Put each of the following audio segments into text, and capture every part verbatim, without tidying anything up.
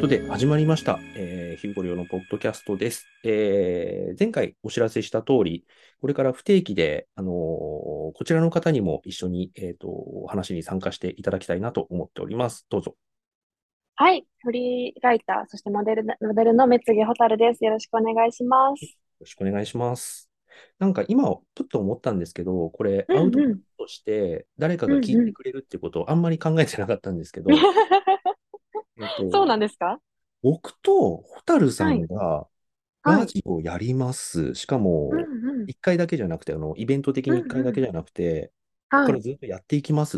ことで始まりました、えー、ヒューゴリオのポッドキャストです。えー前回お知らせした通り、これから不定期で、あのーこちらの方にも一緒に、えーと、お話に参加していただきたいなと思っております。どうぞ。よはい。フリーライター、そしてモデルな、モデルの三木ほたるです。よろしくお願いします。 ろしくお願いします。なんか今、ふっと思ったんですけど、これ、アウトプッうんうん。 トして誰かが聞いうんうん。 てくれるってことをあんまり考えてなかったんですけど、えっそうと、 なんですか？ 僕とホタルさはい。 んがはい。 ラジオやります。しかうんも、 うん。 いっかいだけじゃなくて、あの、イベント的うにいっかいんうん。 だけじゃなくて、ここはい。 からずっとやっていきますって、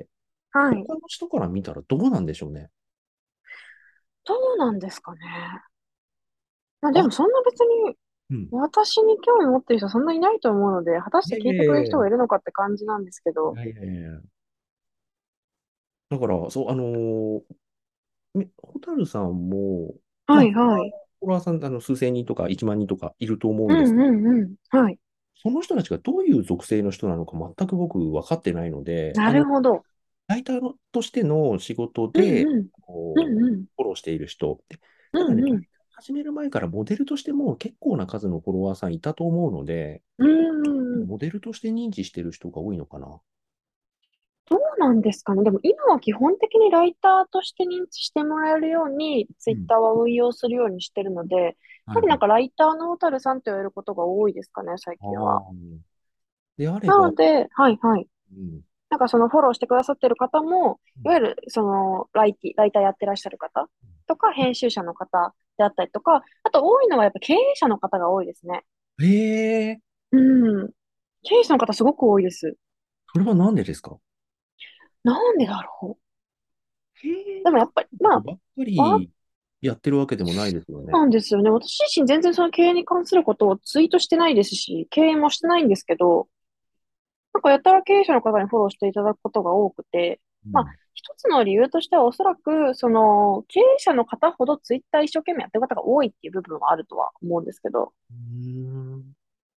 はい。 他の人から見たらどうなんでしょうね。 どうなんですかね。まあ、であ、 もそんな別にうん。 私に興味持ってる人はそんないないと思うので、果たしいやいて聞いてくれるやいやいや、 人がいるのかって感じなんですけど。 いやいやいや。だから、そう、あのーみホタルさんも、まはあ、 いはい。 フォロワーさん、あの、数千人とかいちまん人とかいると思ううんんですけど、 うんうん。はい。 その人たちがどういう属性の人なのか全く僕分かってないので、 なあの、 るほど。 ライターのとしての仕事で、 うんうん。うんこう、 うん。 フォローしている人。でうただね、ライんうん。 ター始める前からモデルとしても結構な数のフォロワーさんいたと思うので、 うんうんうん。 モデルとして認知してる人が多いのかな。 どうなんですかね。でも今は基本的にライターとして認知してもらえるように、ツイッうん。 ターは運用するようにしてるので、やっぱりなんはいはい。 かライターの小樽さんって言われることが多いですかね、最あ近は。 あ。であれば、 なので、はいはい。 うん。 なんかそのフォローしてくださってる方も、 うん。 いわゆるそのライティ、ライターやってらっしゃる方とか、編集者の方であったりとか、あと多いのはやっぱ経営者の方が多いですね。 ええ、 うん。経営者の方すごく多いです。 それはなんでですか？ なんでだろう。 経営に関でもやっぱり、 するこまあ、 とばっかりやってるわけでもないですよね。 なんですよね。私自身全然その経営に関することをツイートしてないですし、経営もしてないんですけど、なんかやたら経営者の方にフォローしていただくことが多くて、まあ、 うん。 一つの理由としてはおそらく、その、経営者の方ほどツイッター一生懸命やってる方が多いっていう部分はあるとは思うんですけど。 うーん。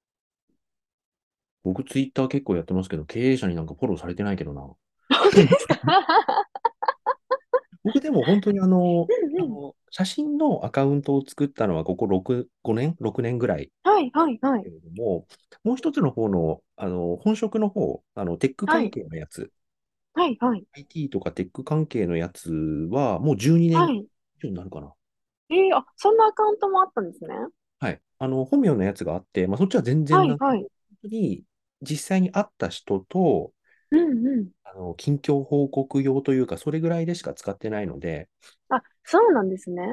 僕、ツイッター結構やってますけど、経営者になんかフォローされてないけどな。 本当ですか？ 僕でも本当にあの、 うんうん。 あの、写真のアカウントを作ったのはこころく、ごねん ?ろく 年ぐらいはいはいはい。 けれども、もう一つの方の、あの、本職の方、あの、テック関はい係のやつ、 はいはい。 アイティー とかテック関係のやつはもうじゅうにねん以はい。 上になるかな。 えー、あ、そんなアカウントもあったんですね。 はい。あの、本名のやつがあって、まあ、そっちは全然なんか、本はいはい。 当に実際に会った人と、 うんうん。 あの、近況報告用というか、それぐらいでしか使ってないので、 あ、そうなんですね。 うん。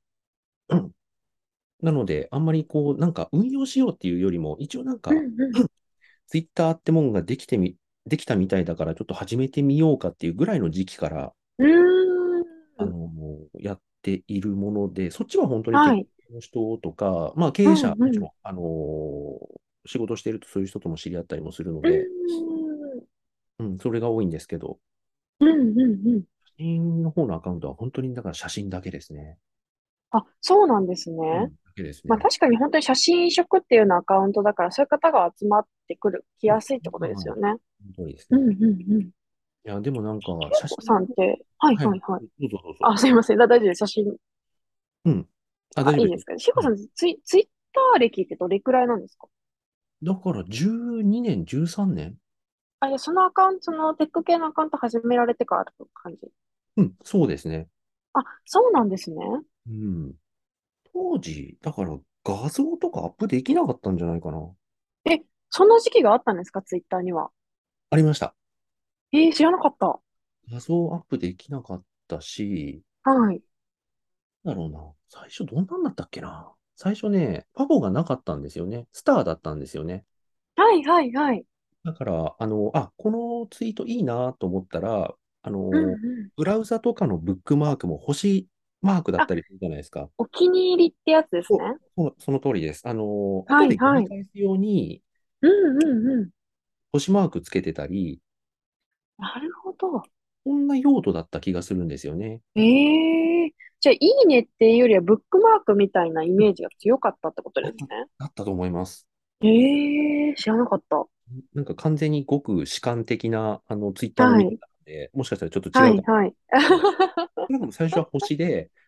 なので、あんまりこう、なんか運用しようっていうよりも、一応なんか、 うんうん。 ツイッターってもんができてみ、できたみたいだから、ちょっと始めてみようかっていうぐらいの時期から、 うーん。 あの、やっているもので、そっちは本当にテックはい。 の人とか、まあ経う営者、 んうん。 もちろん、あの、仕事してるとそういう人とも知り合ったりもするのうーで、 ん。 うん、それが多いんですけど、 うんうんうん。 写真の方のアカウントは本当にだから写真だけですね。 あ、そうなんですね。 うん、だけですね。 まあ確かに本当に写真一色っていうようなアカウントだから、そういう方が集まってくる、来うん、 やすいってことですはい、 よね。 その通りですね。 うんうんうん。 いや、でもなんか、 けいこ写真の方、 さんって、はいはい、 はいはい。 どうぞどうぞ。 あ、すいません。だ、大丈夫です。写真。 うん。あ、大あ、 丈夫ですよ。 いいですかね。しこはい。 さん、ツイ、ツイッター歴ってどれくらいなんですか？ だからじゅうにねん、じゅうさんねん。 あ、いや、そのアカウント、そのテック系のアカウント始められてからって感じ。 うん、そうですね。 あ、そうなんですね。 うん。当時、だから画像とかアップできなかったんじゃないかな。 え、そんな時期があったんですか？ツイッターには。 ありました。 えー、知らなかった。 画像アップできなかったし、 はい。 なんだろうな。最初どんなんだったっけな。最初ね、パフォがなかったんですよね。スターだったんですよね。 はいはいはい。 だから、あの、あ、このツイートいいなと思ったら、あうんの、 うん。 ブラウザとかのブックマークも星マークだっあ、 たりするじゃないですか。 お気に入りってやつですそうね。 その、その通りです。あの、後で読はいはい。 み返すようにうんうんうん。 星マークつけてたり、 なるほど。 こんな用途だった気がするんですよね。 ええ、じゃあ、いいねっていうよりは、ブックマークみたいなイうん、 メージが強かったってことだった、 ですね。 だったと思います。 ええ、知らなかった。 なんか完全にごく主観的なあのツイッターのはい。 見方で、もしかしたらちょっと違うかもしはいはい。 れないですけど、なんか最初は星で、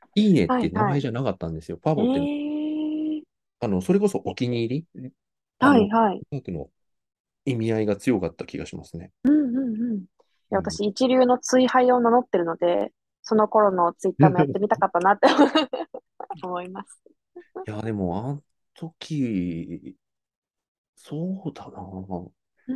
いいねっはい、 て名はい。 前じゃなかったんですよ。パえボって、 ー、 あの、それこそお気に入り、あはい、 の、 はい。 マークの意味合いが強かった気がしますね。 うん、うん、うん。いや、 うん。 私、一流の追廃を名乗ってるので、その頃のツイッターもやってみたかったなって思います。 いや、でも、あの時、そうだな。 うん、うん。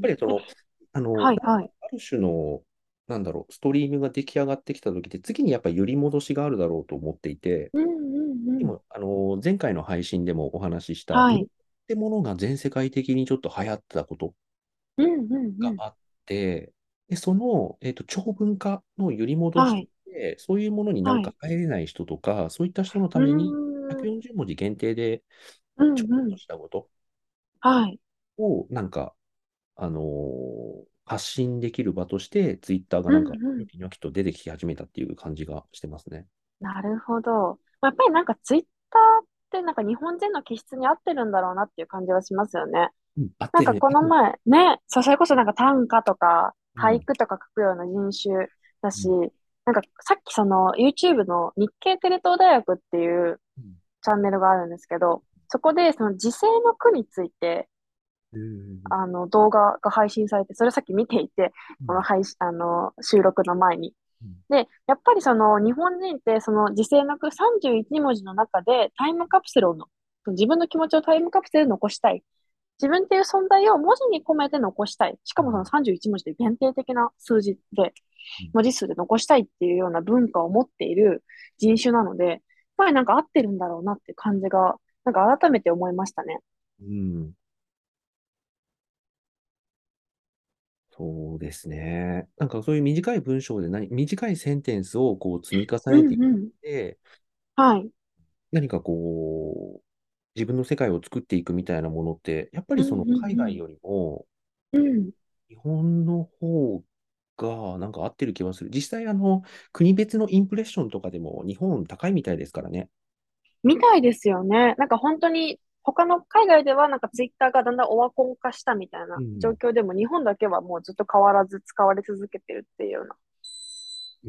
やっぱりそえ、 の、あの、 はい、はい。 なんかある種の、なんだろう、ストリームが出来上がってきた時って、次にやっぱり揺り戻しがあるだろうと思っていて、 うん、うん、うん。 でも、あの、前回の配信でもお話しした、ブログっはい。 てものが全世界的にちょっと流行ってたことうん、うん、うん。 があって、で、その、えっと、長文化の揺り戻しはい、 で、そういうものになんはい。 か入れない人とか、そういった人のうために、 ーん、 ひゃくよんじゅう文字限定でうん、 ちょこっとうん。 したことはい。 を、なんか、あのー発信できる場として、ツイッターがうん、 なんか、 うん。 ニョキニョキと出てき始めたっていう感じがしてますね。 なるほど。まあやっぱりなんかツイッターってなんか日本人の気質に合ってるんだろうなっていう感じはしますよね。 うん、合ってるね。 なんかこの前、ね、そうそれこそなんか短歌とかうん、 俳句とか書くような人種だし、 うん、 なんかさっきその YouTube の日系テレ東大学っていううん、 チャンネルがあるんですけど、そこでその時世の句についてうん、 あの動画が配信されて、それさっき見ていて、このうん、 配信、あの収録の前に。 うん、 で、やっぱりその日本人ってその時世の句さんじゅういち文字の中でタイムカプセルをの、自分の気持ちをタイムカプセルで残したい。自分っていう存在を文字に込めて残したい。しかもそのさんじゅういち文字で限定的な数字で、文字数で残したいっていうような文化を持っている人種なので、やっぱりなんか合ってるんだろうなっていう感じが、なんか改めて思いましたね。 うん。そうですね。なんかそういう短い文章で何、短いセンテンスをこう積み重うねていっんうん。 て、 はい。 何かこう、自分の世界を作っていくみたいなものって、やっぱりそのうんうん海外よりも、 うん。うん。 日本の方がなんか合ってる気がする。実際、あの、国別のインプレッションとかでも日本高いみたいですからね。 みたいですよね。なんか本当に、他の海外ではなんかツイッターがだんだんオワコン化したみたいな状うん。 況でも、日本だけはもうずっと変わらず使われ続けてるっていうような。 うん。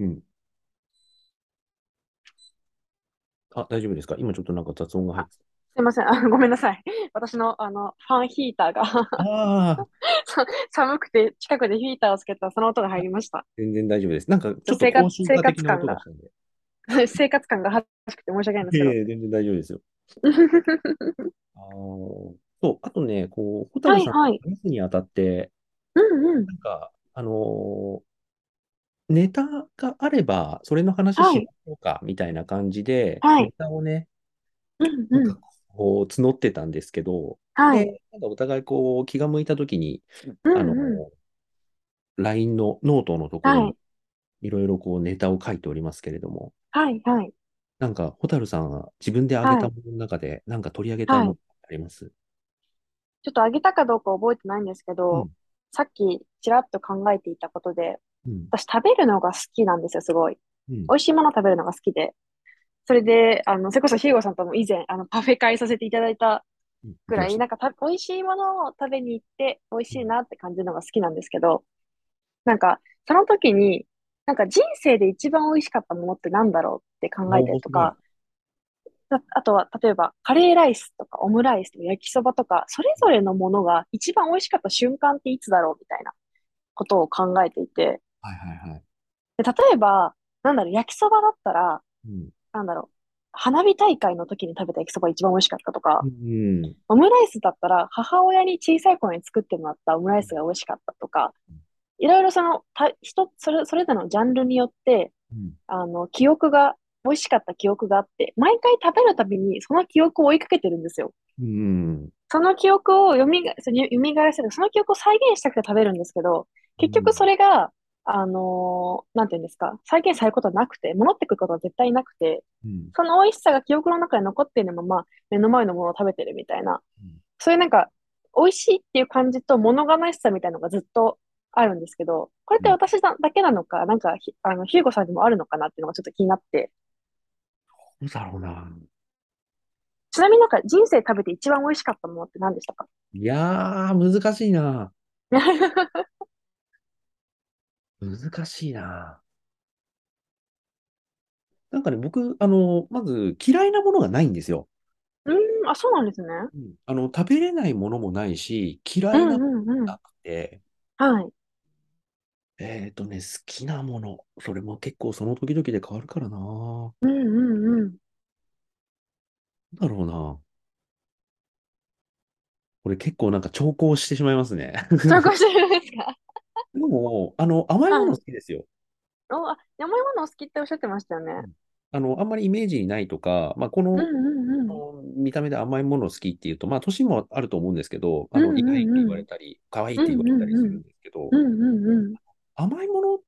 あ、大丈夫ですか？今ちょっとなんか雑音が入ってすいません。あ、ごめんなさい。私のあの、ファンヒーターがた。ああ、 さ寒くて近くでヒーターをつけたらその音が入りました。 全然大丈夫です。なんかちょっと生活、 高周生波的な活感が、 音がしたんで。 生活感が恥ずかしくて申し訳ないんですけど。 ええ、全然大丈夫ですよ。あーそう、あとね、こう、蛍さんとはいはい。 話すにあたって、 うんうん。 なんか、あのーネタがあれば、それの話はい。 しましょうか、みたいな感じで、ネはい。 タをね、 うんうん。 なんかこう、募ってたんですけど、 はい。 で、なんかお互いこう、気が向いたときに、 うあの、 んうん。 ライン のノートのところに、 はい。 いろいろこう、ネタを書いておりますけれども、 はいはい。 なんか、蛍さんは自分で挙げはい。 たものの中で、なんか取り上げたいはい。 ものあります？ ちょっとあげたかどうか覚えてないんですけど、 うん、 さっきちらっと考えていたことで、 うん、 私食べるのが好きなんですよ、すごい。 うん。 美味しいもの食べるのが好きで。それで、あの、それこそヒーゴさんとも以前、あの、パフェ会させていただいたうん、行ぐらい、 きました。 なんかた、美味しいものを食べに行って、美味しうん、 いなって感じるのが好きなんですけど、なんか、その時に、なんか人生で一番美味しかったものってなんだろうって考えたり面白い。 とか、ああとは、例えば、カレーライスとか、オムライスとか、焼きそばとか、それぞれのものが一番美味しかった瞬間っていつだろうみたいなことを考えていて、 はいはいはい。 で、例えば、なんだろう、焼きそばだったら、 うん、 なんだろう、花火大会の時に食べた焼きそばが一番美味しかったとか、 うん、 オムライスだったら、母親に小さい頃に作ってもらったオムライスが美味しかったとか、いろいろその、た、人、それ、それぞれのジャンルによって、 うん、 あの、記憶が、美味しかった記憶があって、毎回食べるたびにその記憶を追いかけてるんですよ。 うん、 その記憶を読みが、その蘇らせる、その記憶を再現したくて食べるんですけど、結局そうん、 れが、あのーなんていうんですか、再現されることはなくて、戻ってくることは絶対なくて、 うん、 その美味しさが記憶の中に残っているまま、目の前のものを食べてるみたいな、そういうなんか、美味しいっていう感じと物悲しさみたいなのがずっとあるんですけど、これっうん。 て私だだけなのか、なんかひ、あの、ヒューゴさんにもあるのかなっていうのがちょっと気になって、 どうだろうな。 ちなみになんか人生食べて一番美味しかったものって何でしたか？ いやー、難しいな。難しいな。 なんかね、僕、あの、まず嫌いなものがないんですよ。 うーん、あ、そうなんですね。 うん、あの、食べれないものもないし、嫌うんいなものうんうん。 もなくて、 はい。 えっとね、好きなもの、それも結構その時々で変わるからな。なうんうんうん。 んだろうな。これ結構なんか長考してしまいますね。 投稿してるんですか？ でも、あの、甘いものはい。 好きですよ。 お、あ、山芋のお好きっておっしゃってましたよね。 うん、あの、あんまりイメージにないとか、まあ、この、 うんうんうん。 あの見た目で甘いもの好きっていうと、まあ、年もあると思うんですけど、あの、 うん意外って言うんうん。 われたり、可愛いっうんて言われたりうんうん。 するんですけど、 うんうんうん。 甘いものって、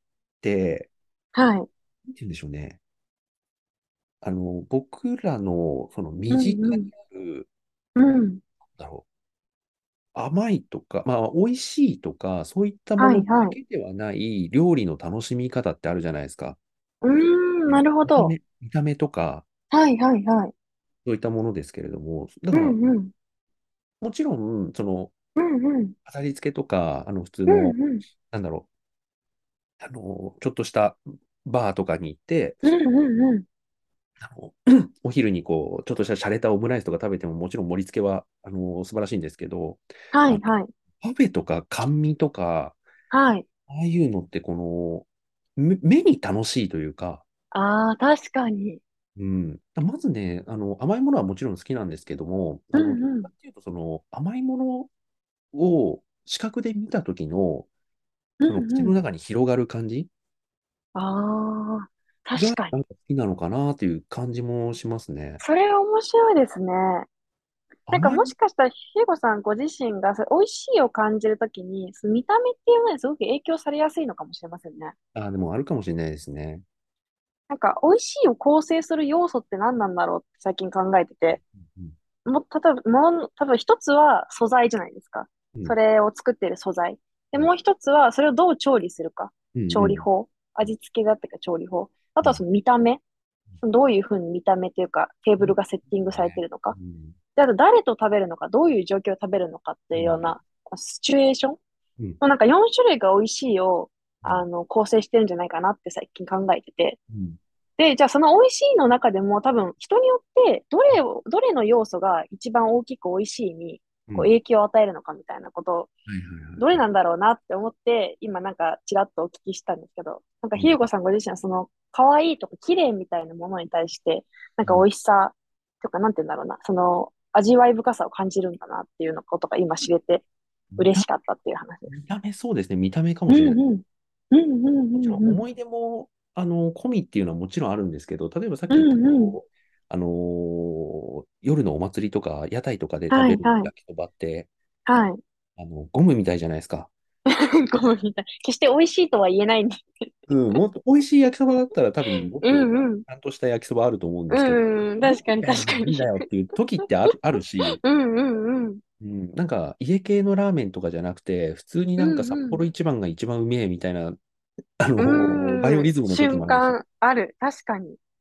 はい。 なんて言うんでしょうね。あの、僕らの、その身近にうんうん。 ある、 うん。 なんだろう、甘いとか、まあ、美味しいとか、そういったものだはいはい。 けではない料理の楽しみ方ってあるじゃないですか。 うーん、なね、 るほど。 見た目、見た目とか、 はいはいはい。 そういったものですけれども、だうから、 んうん。 もちろん、その、 うんうん。 飾り付けとか、あの、普通うの、 んうん。 なんだろう、あの、ちょっとしたバーとかに行って、 うんうんうん。 あの、お昼にこう、ちょっとした洒落たオムライスとか食べても、もちろん盛り付けは、あの、素晴らしいんですけど、あの、 はいはい。 パフェとか甘味とか、 はい。 ああいうのって、この、目目に楽しいというか、 ああ、確かに。 うん。まずね、あの、甘いものはもちろん好きなんですけども、 うあの、どっちんうん。 かっていうと、その、甘いものを視覚で見た時の、 うそのんうん。 口の中に広がる感じああ、確が、 かに。 なんか好きなのかなっていう感じもしますね。 それは面白いですね。なんか甘い、 もしかしたら、ひいごさんご自身がそれ美味しいを感じるときに、その見た目っていうのにすごく影響されやすいのかもしれませんね。 あ、でもあるかもしれないですね。 なんか、美味しいを構成する要素って何なんだろうって最近考えてて、 うん、 も、例えば、もの、多分一つは素材じゃないですか。 うん、 それを作っている素材。で、 うん、 もう一つは、それをどう調理するか。 うん、うん、 調理法。味付けだったか調理法。あうん、 とはその見た目。どういうふうに見た目というか、テーブルがセッティングされていね、 るのか。 うん、 で、あと誰と食べるのか、どういう状況で食べるのかってうん、 いうような、シチュエーション。もうん、 うなんかよん種類が美味しいを、 うん、 あの、構成してるんじゃないかなって最近考えてて。 うん、 で、じゃあその美味しいの中でも多分人によってどれを、どれの要素が一番大きく美味しいにうん、 こう影響を与えるのかみたいなことを、 はいはいはいはい。 どれなんだろうなって思って、今なんかちらっとお聞きしたんですけど、なんかうん、 ひゆこさんご自身はその可愛いとか綺麗みたいなものに対して、なんかうん、 美味しさとかなんて言うんだろうな、その味わい深さを感じるんだなっていうのことが今知れて見た、 嬉しかったっていう話です。 見た目そうですね。見た目かもしれない。 うんうん。うんうんもちろんうんうん。 思い出も、あの、込みっていうのはもちろんあるんですけど、例えばさっうき言ったんうん。 こう、あのー夜のお祭りとか屋台とかで食べはいはい。 る焼きそばって、 はい。 あの、ゴムみたいじゃないですか。 ごめんなさい。決して美味しいとは言えないんで。 うん、もっと美味しい焼きそばだったら多分もっうとちんうん。 ゃんとした焼きそばあると思うんですけど、 うんうん。 ゴム確かにみたいなの確かに。 なんだよっていう時ってある、あるし、 うんうんうん。 うん、なんか家系のラーメンとかじゃなくて、普通にうなんか札んうん。 幌一番が一番うめえみたいな、あのーバイオうーん。 リズムの時もあるし、 瞬間ある。確かに。 うん。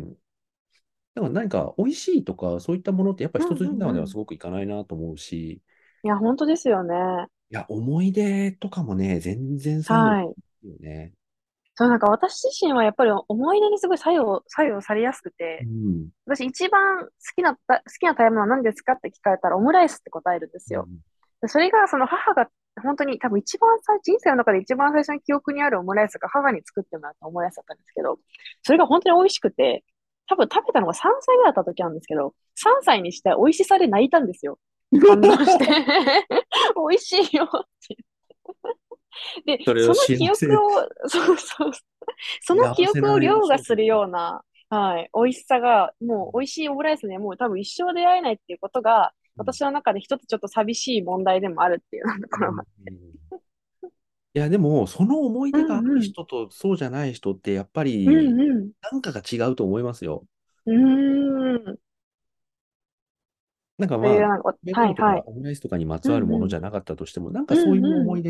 だから何か美味しいとかそういったものってやっぱうん一筋縄うんうん。 ではすごくいかないなと思うし、 いや、本当ですよね。 いや、思い出とかもね、全然左右はい。 よね。 そう、なんか私自身はやっぱり思い出にすごい作用、作用されやすくて、 うん。 私一番好きなた、好きな食べ物は何ですかって聞かれたらオムライスって答えるんですよ。 うん。 でそれがその母が本当に多分一番最、人生の中で一番最初に記憶にあるオムライスが母に作ってもらったオムライスだったんですけど、それが本当に美味しくて、多分食べたのがさんさいぐらいだった時なんですけど、さんさいにして美味しさで泣いたんですよ。感動して美味しいよって。で、 それをその記憶幸せ、 を、そうそう、その記幸せなエピ憶を凌駕するソードだ。 ような、はい、美味しさが、もう美味しいオムライスにはもう多分一生出会えないっていうことが、 うん。 私の中で一つちょっと寂しい問題でもあるっていうところは。 うん。うん。いや、でも、その思いう出があるんうん。 人とそうじゃない人って、やっぱり、 うんうん。 なんかが違うと思いますよ。 うーん。 なんかまあ、 それがなんか、 食べ物とかはいはい。 オムライスとかにまつわるうんうん。 ものじゃなかったとしても、なんかうそういんうん。 う思い出って、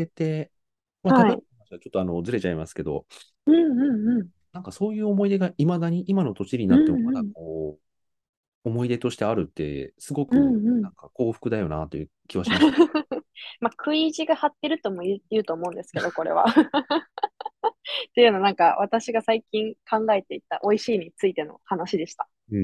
まあ、食べ物はい。 の話はちょっとあのずれちゃいますけど、 うんうんうん。 なんかそういう思い出がいまだに今の年にうなってもまだんうん。 こう、思い出としてあるって、すごくうんうん。 なんか幸福だよなという気はします。 まあ、食い意地が張ってるとも言う、言うと思うんですけど、これは。 っていうのなんか私が最近考えていた美味しいについての話でした。 うん。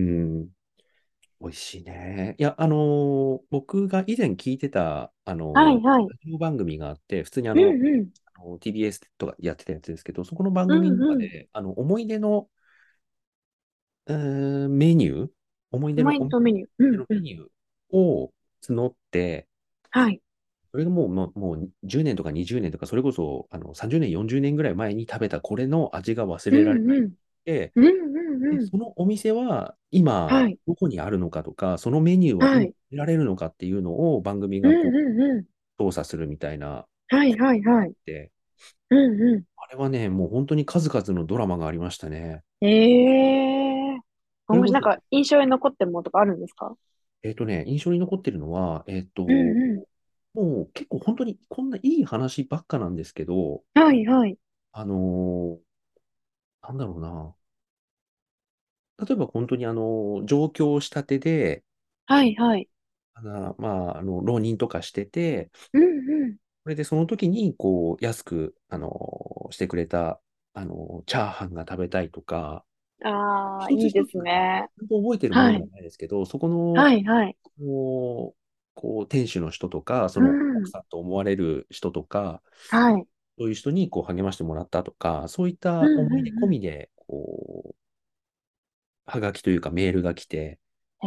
美味しいね。いや、あのー僕が以前聞いてた、あのーはいはい。 ラジオ番組があって、普通にあうの、 んうん。 あの ティービーエス とかやってたやつですけど、そこの番う組のんうん。 中で、あの、思い出の、うーんメニュー思い出のマインお店ドメニュー。うんうん。 のメニューを募って、 はい。 それがもう、もう、もうじゅうねんとかにじゅうねんとか、それこそあのさんじゅうねん、よんじゅうねんぐらい前に食べたこれの味が忘うれられない。 んうん。 で、 うんうんで、 うん。 そのお店は今はい。 どこにあるのかとか、そのメニューは今はい。 得られるのかっていうのを番組うんがこううんうん。 調査するみたいなはいことがあっはいはい。 て、 うんうあれはね、もう本当に数々のドラマがありましたね。 ん。ええー。 それこそ、 面白い。なんか印象に残ってるものとかあるんですか？ えっとね、印象に残ってるのは、えっと、 うんうん。 もう結構本当にこんないい話ばっかなんですけど、 はいはい。 あのーなんだろうな。例えば本当にあの、上京したてで、 はいはい。 あの、まあ、あの、浪人とかしてて、 うんうん。 それでその時に、こう、安く、あの、してくれた、あの、チャーハンが食べたいとか、 ああ、 一ついいで一つ、 すね。 本当覚えてるものでははい。 ないですけど、そこの、 はいはい。 こう、こう店主の人とか、そうの奥ん。 さんと思われる人とか、 はい。 そういう人にこう励ましてもらったとか、そういっうんた思い出込うみで、こう、はがきというかメールが来て、 んうん。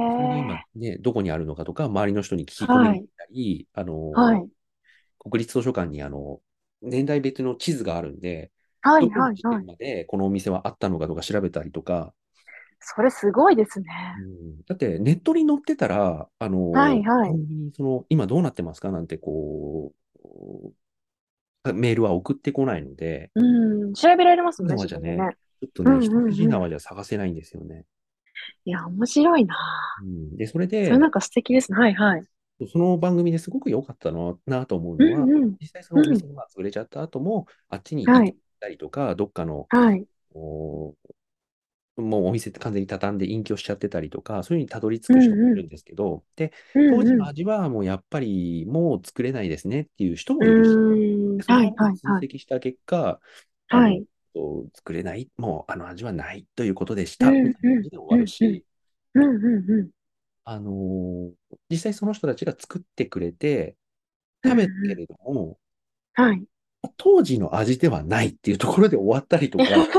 それが今ええね、どこにあるのかとか、周りの人に聞きー。はい。 込みに行ったり、あの、 はい。 国立図書館にあの、年代別の地図があるんで、 はいどこのはいはい。 時点までこのお店はあったのかとか調べたりとか、 それすごいですね。 うん、だってネットに載ってたら、あの、 はいはい。 番組にその、今どうなってますかなんてこう、メールは送ってこないので、 うん。調べられますもんね、 今はじゃね、 自分でね。 ちょっとね、 うん一筋うんうん。 縄じゃ探せないんですよね。 いや、面白いな。 うん、で、それで、 それなんか素敵ですね。はいはい。 その番組ですごく良かったのなと思ううのは、 んうん。 実際そのおうん。 店が潰れちゃった後も、あっちに行っはい。 たりとか、どっかの、 はい。 おもうお店って完全に畳んで隠居しちゃってたりとか、そういうふうにたどり着く人もうんうん。 いるんですけど、で、当時うんうん。 の味はもうやっぱりもう作れないですねっていう人うもいるし、 ーん。 でそのはい話を追はいはい。 跡した結果、あの、 はい。 作れない、もうあの味はないということでしうた、みんうん。 たいな感じで終わうんうん。 るし、 うんうんうん。 あのー実際その人たちが作ってくれて、 うん食べたけうん。 れども、 はい。 当時の味ではないっていうところで終わったりとか、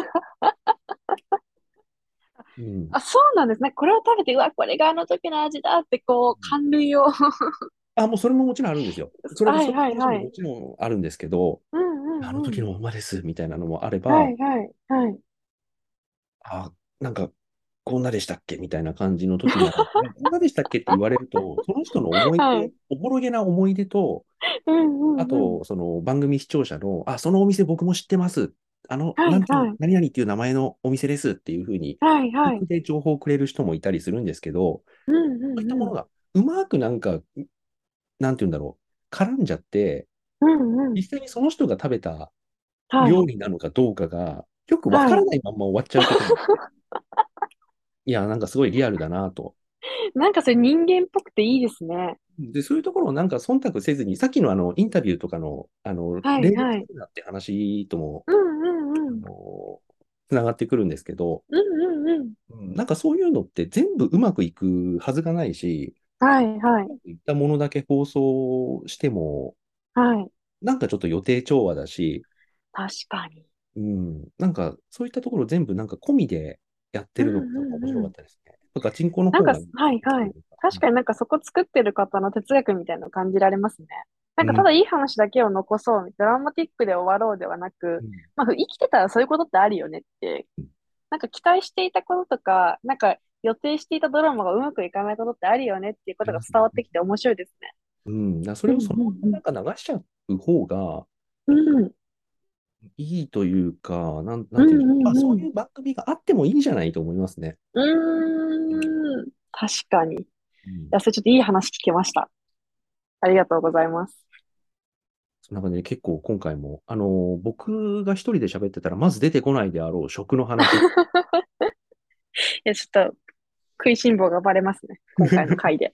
うん。 あ、そうなんですね。これを食べて、うわ、これがあの時の味だって、こう、感類を。 あ、もうそれももちろんあるんですよ。それ、 はいそういうはいはい。 話ももちろんあるんですけど、 うんあのうんうん。 時のままですみたいなのもあれば、 はいはいはい。 あ、なんか、こんなでしたっけみたいな感じの時もある。いやこんなでしたっけって言われると、その人の思い出、 はい。 おぼろげな思い出と、 うんうんうん。 あと、その番組視聴者の、あ、そのお店僕も知ってます。あの、なんていう、 はいはい。 何々っていう名前のお店ですっていうふうに、 はいはい。 僕で情報をくれる人もいたりするんですけど、 うんそういっうんうん。 たものがうまくなんか、なんていうんだろう、絡んじゃって、 うんうん。 実際にその人が食べたはい。 料理なのかどうかが、よくわはい。 からないまま終わっちゃうこともあって、いや、なんかすごいリアルだなと。 なんかそれ人間っぽくていいですね。 で、そういうところをなんか忖度せずに、さっきのあの、インタビューとかの、あの、例ではいはい。 作るなって話とも、 うんうんあうん。 の、つながってくるんですけど、 うんうんうん。 うん、なんかそういうのって全部うまくいくはずがないし、 はいはい。 うまくいったものだけ放送しても、 はい。 なんかちょっと予定調和だし、 確かに。 うん、なんかそういったところ全部なんか込みでやってるのがうんなんか面白うんうん。 かったですね。ガチンコのなんか、 方がいいはいはい。 というか、 確かになんかそこ作ってる方の哲学みたいなの感じられますね。なんかただいうん、 い話だけを残そう、ドラマティックで終わろうではなく、 うん、 まあ生きてたらそういうことってあるよねって、なんか期待していたこととか、なんか予定していたドラマがうまくいかないことってあるよねっていうことがありますね。 伝わってきて面白いですね。 うん、だからそうんれをそのまうんまなんか流しちゃう方がうん。うん。 いいというか、なん、なうんんていうんでしょう。まあ、そううんうん。 いう番組があってもいいんじゃないと思いますね。 ううん、 ーん。確かに。いうん、 や、それちょっといい話聞けました。ありがとうございます。 そんな感じで結構今回も、あのー僕が一人で喋ってたら、まず出てこないであろう食の話。 いや、ちょっと食いしん坊がバレますね。今回の回で。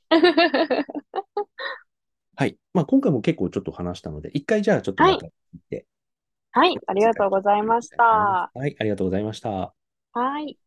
はい。まあ、今回も結構ちょっと話したので、一回じゃあちょっとはい。 また行ってはい、ありがとう次回とございまし思います。 た。 はい、ありがとうございました。 はい。